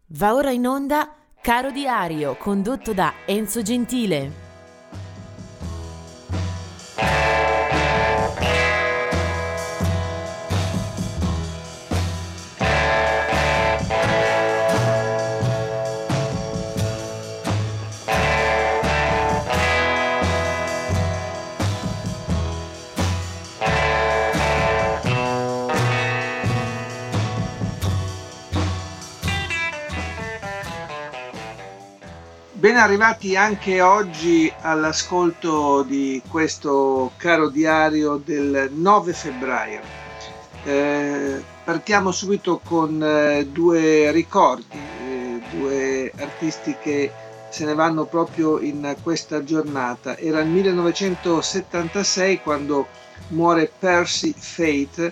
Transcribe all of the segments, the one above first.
Va ora in onda Caro Diario, condotto da Enzo Gentile. Ben arrivati anche oggi all'ascolto di questo caro diario del 9 febbraio. Partiamo subito con due ricordi, due artisti che se ne vanno proprio in questa giornata. Era il 1976 quando muore Percy Faith,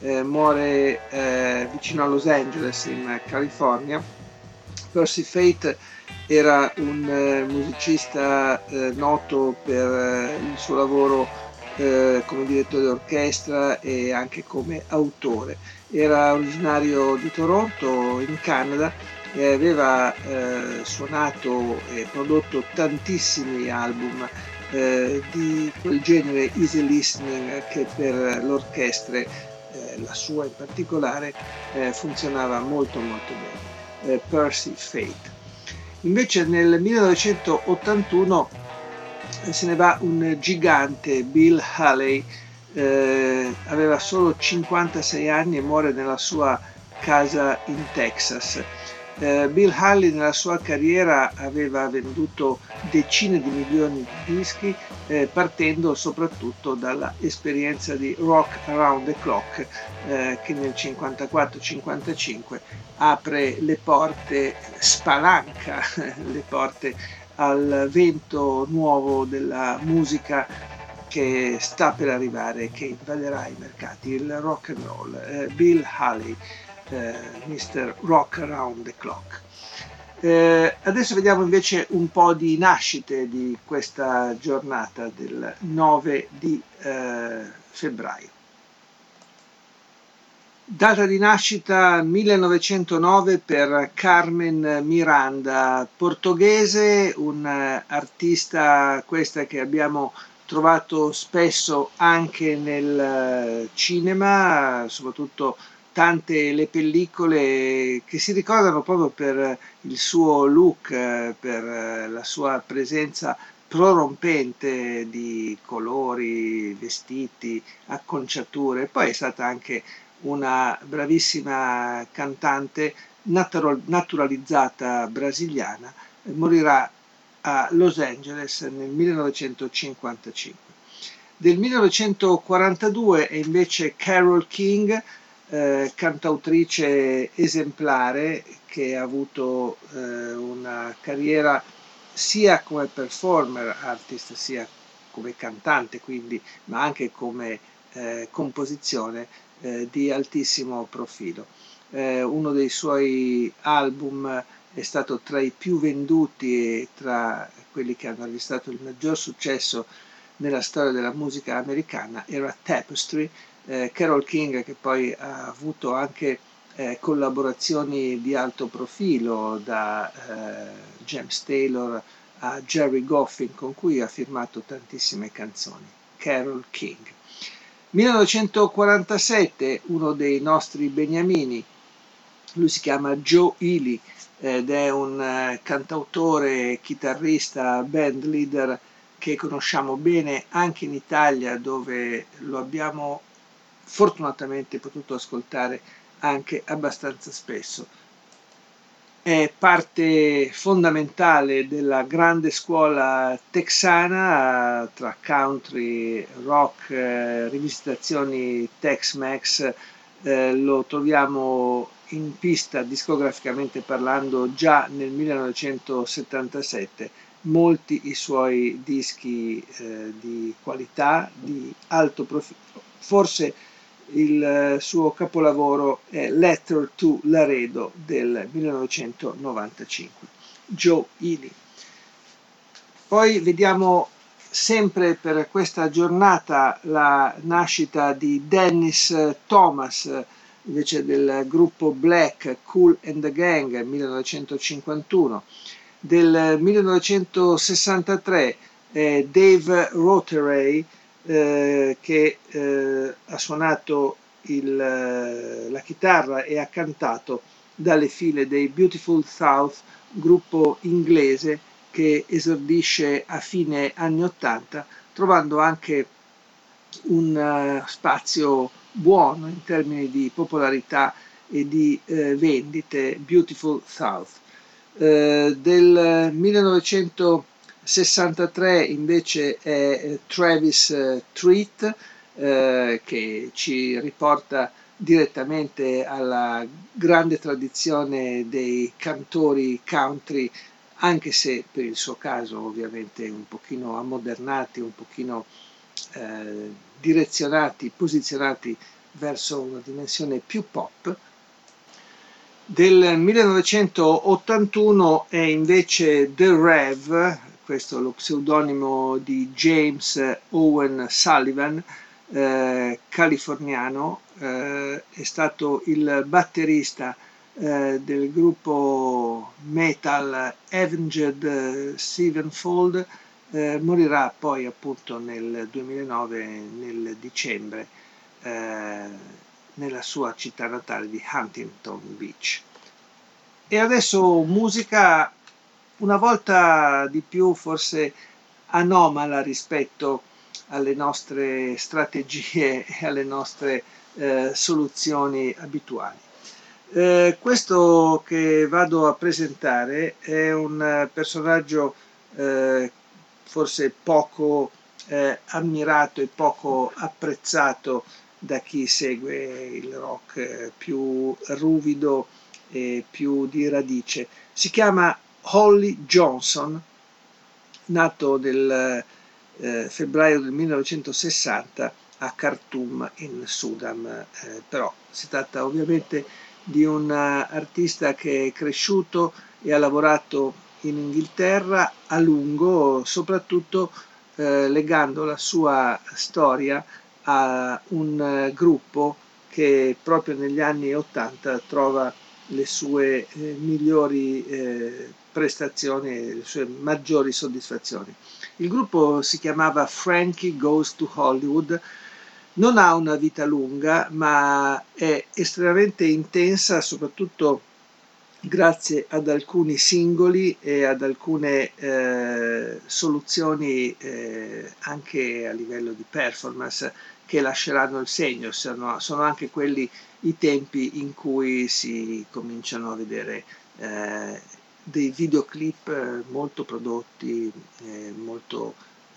muore vicino a Los Angeles in California. Percy Faith era un musicista noto per il suo lavoro come direttore d'orchestra e anche come autore. Era originario di Toronto, in Canada, e aveva suonato e prodotto tantissimi album di quel genere easy listening che per l'orchestra, la sua in particolare, funzionava molto bene. Percy Faith. Invece nel 1981 se ne va un gigante, Bill Haley, aveva solo 56 anni e muore nella sua casa in Texas. Bill Haley nella sua carriera aveva venduto decine di milioni di dischi, partendo soprattutto dalla esperienza di Rock Around the Clock, che nel 54-55 apre le porte, spalanca le porte al vento nuovo della musica che sta per arrivare, che invaderà i mercati, il rock and roll. Bill Haley, Mr. Rock Around the Clock. Adesso vediamo invece un po' di nascite di questa giornata del 9 di febbraio. Data di nascita 1909 per Carmen Miranda, portoghese, un artista questa che abbiamo trovato spesso anche nel cinema, soprattutto tante le pellicole che si ricordano proprio per il suo look, per la sua presenza prorompente di colori, vestiti, acconciature. Poi è stata anche una bravissima cantante naturalizzata brasiliana, morirà a Los Angeles nel 1955. Del 1942 è invece Carole King, cantautrice esemplare che ha avuto una carriera sia come performer artist, sia come cantante, quindi, ma anche come composizione di altissimo profilo. Uno dei suoi album è stato tra i più venduti e tra quelli che hanno registrato il maggior successo nella storia della musica americana, era Tapestry. Carole King, che poi ha avuto anche collaborazioni di alto profilo, da James Taylor a Jerry Goffin, con cui ha firmato tantissime canzoni. Carole King. 1947, uno dei nostri beniamini, lui si chiama Joe Ely ed è un cantautore, chitarrista, band leader che conosciamo bene anche in Italia, dove lo abbiamo fortunatamente potuto ascoltare anche abbastanza spesso. È parte fondamentale della grande scuola texana tra country, rock, rivisitazioni Tex-Mex. Lo troviamo in pista discograficamente parlando già nel 1977. Molti i suoi dischi di qualità, di alto profilo. Forse il suo capolavoro è Letter to Laredo del 1995. Joe Ely. Poi vediamo sempre per questa giornata la nascita di Dennis Thomas, invece del gruppo Black, Kool and the Gang, 1951. Del 1963 Dave Rotheray, che ha suonato la chitarra e ha cantato dalle file dei Beautiful South, gruppo inglese che esordisce a fine anni 80, trovando anche un spazio buono in termini di popolarità e di vendite. Beautiful South. Del 1963 invece è Travis Tritt, che ci riporta direttamente alla grande tradizione dei cantori country, anche se per il suo caso ovviamente un pochino ammodernati, un pochino direzionati, posizionati verso una dimensione più pop. Del 1981 è invece The Rev, questo è lo pseudonimo di James Owen Sullivan, californiano, è stato il batterista del gruppo metal Avenged Sevenfold, morirà poi appunto nel 2009, nel dicembre, nella sua città natale di Huntington Beach. E adesso musica una volta di più forse anomala rispetto alle nostre strategie e alle nostre soluzioni abituali. Questo che vado a presentare è un personaggio forse poco ammirato e poco apprezzato da chi segue il rock più ruvido e più di radice. Si chiama Holly Johnson, nato nel febbraio del 1960 a Khartoum in Sudan, però si tratta ovviamente di un artista che è cresciuto e ha lavorato in Inghilterra a lungo, soprattutto legando la sua storia a un gruppo che proprio negli anni 80 trova le sue migliori prestazioni e le sue maggiori soddisfazioni. Il gruppo si chiamava Frankie Goes to Hollywood, non ha una vita lunga, ma è estremamente intensa, soprattutto grazie ad alcuni singoli e ad alcune soluzioni anche a livello di performance che lasceranno il segno. Sono anche quelli i tempi in cui si cominciano a vedere dei videoclip molto prodotti, molto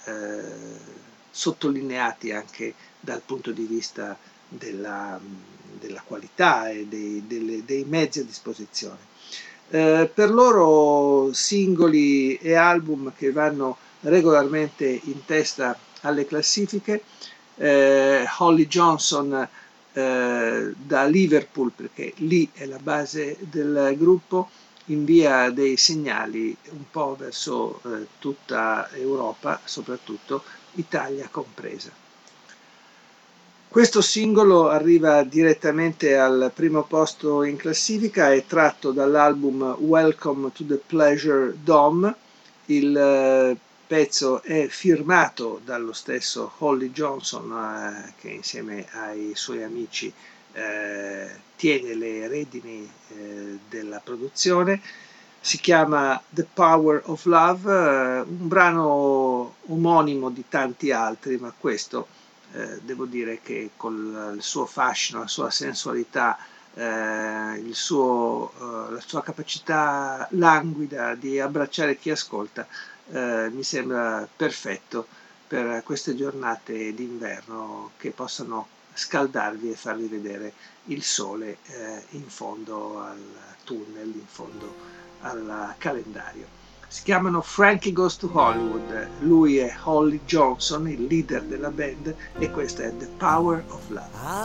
sottolineati anche dal punto di vista della qualità e dei mezzi a disposizione. Per loro singoli e album che vanno regolarmente in testa alle classifiche. Holly Johnson da Liverpool, perché lì è la base del gruppo, invia dei segnali un po' verso tutta Europa, soprattutto Italia compresa. Questo singolo arriva direttamente al primo posto in classifica, è tratto dall'album Welcome to the Pleasure Dome. Il pezzo è firmato dallo stesso Holly Johnson, che insieme ai suoi amici tiene le redini della produzione. Si chiama The Power of Love, un brano omonimo di tanti altri, ma questo devo dire che con il suo fascino, la sua sensualità, la sua capacità languida di abbracciare chi ascolta, mi sembra perfetto per queste giornate d'inverno che possano scaldarvi e farvi vedere il sole in fondo al tunnel, in fondo al calendario. Si chiamano Frankie Goes to Hollywood, lui è Holly Johnson, il leader della band, e questa è The Power of Love.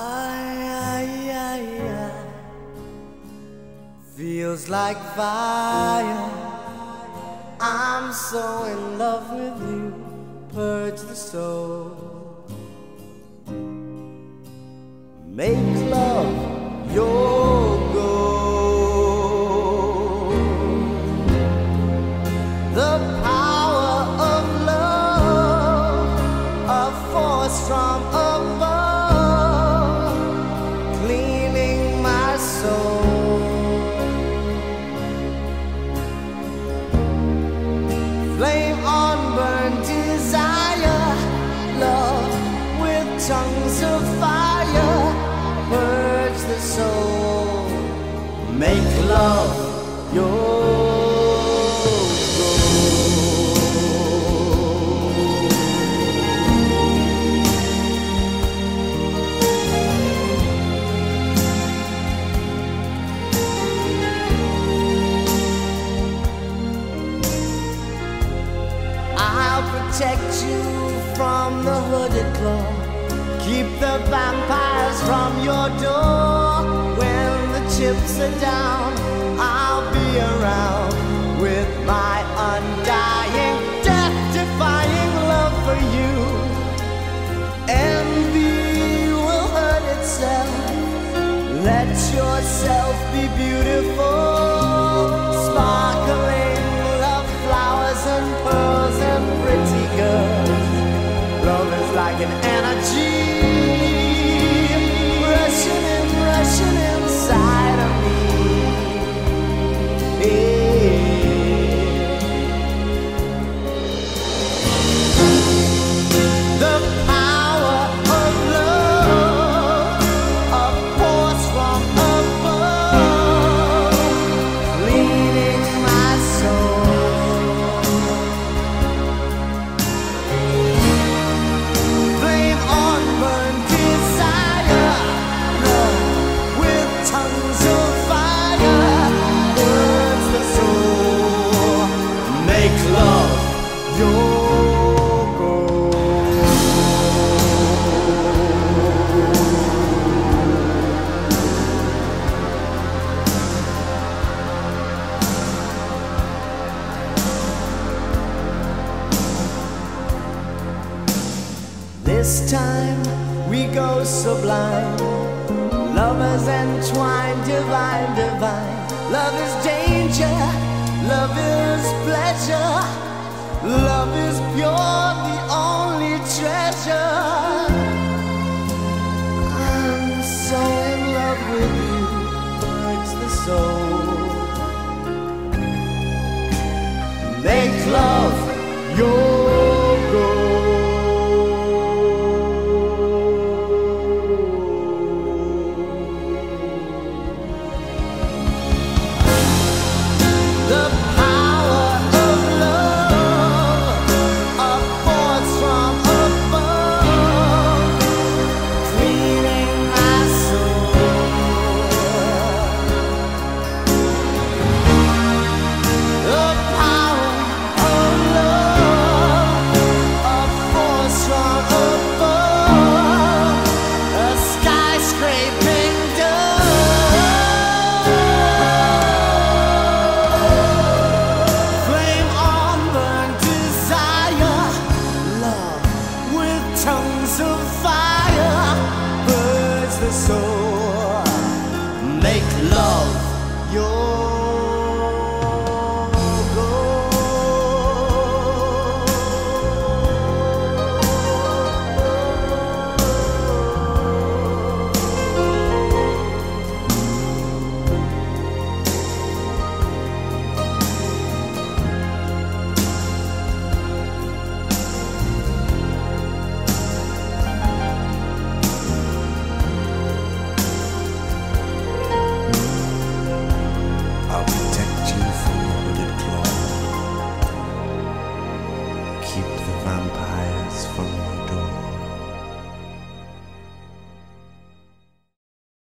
Feels like fire, I'm so in love with you, purge the soul. Make love your goal. The power of love, a force from above, cleaning my soul. Flame on burn desire, love with tongues of fire, purge the soul, make love your protect you from the hooded claw, keep the vampires from your door. When the chips are down, I'll be around with my undying, death-defying love for you. Envy will hurt itself, let yourself be beautiful, sparkling love flowers and pearls and pretty girls. Love is like an energy rushing inside of me. The power of love, a force from above, leading my soul. Flame on burn desire, love with tongues of fire, burns the soul, make love your this time we go sublime, lovers entwined, divine, divine. Love is danger, love is pleasure, love is pure, the only treasure. I'm so in love with you, hurts the soul. Make love your goal. The power of love, a force from above, cleaning my soul. The power of love, a force from above, a skyscraping dove. Flame on burn desire, love with tongues of fire, burns the soul, make love your I'll protect you from the hooded claw, keep the vampires from your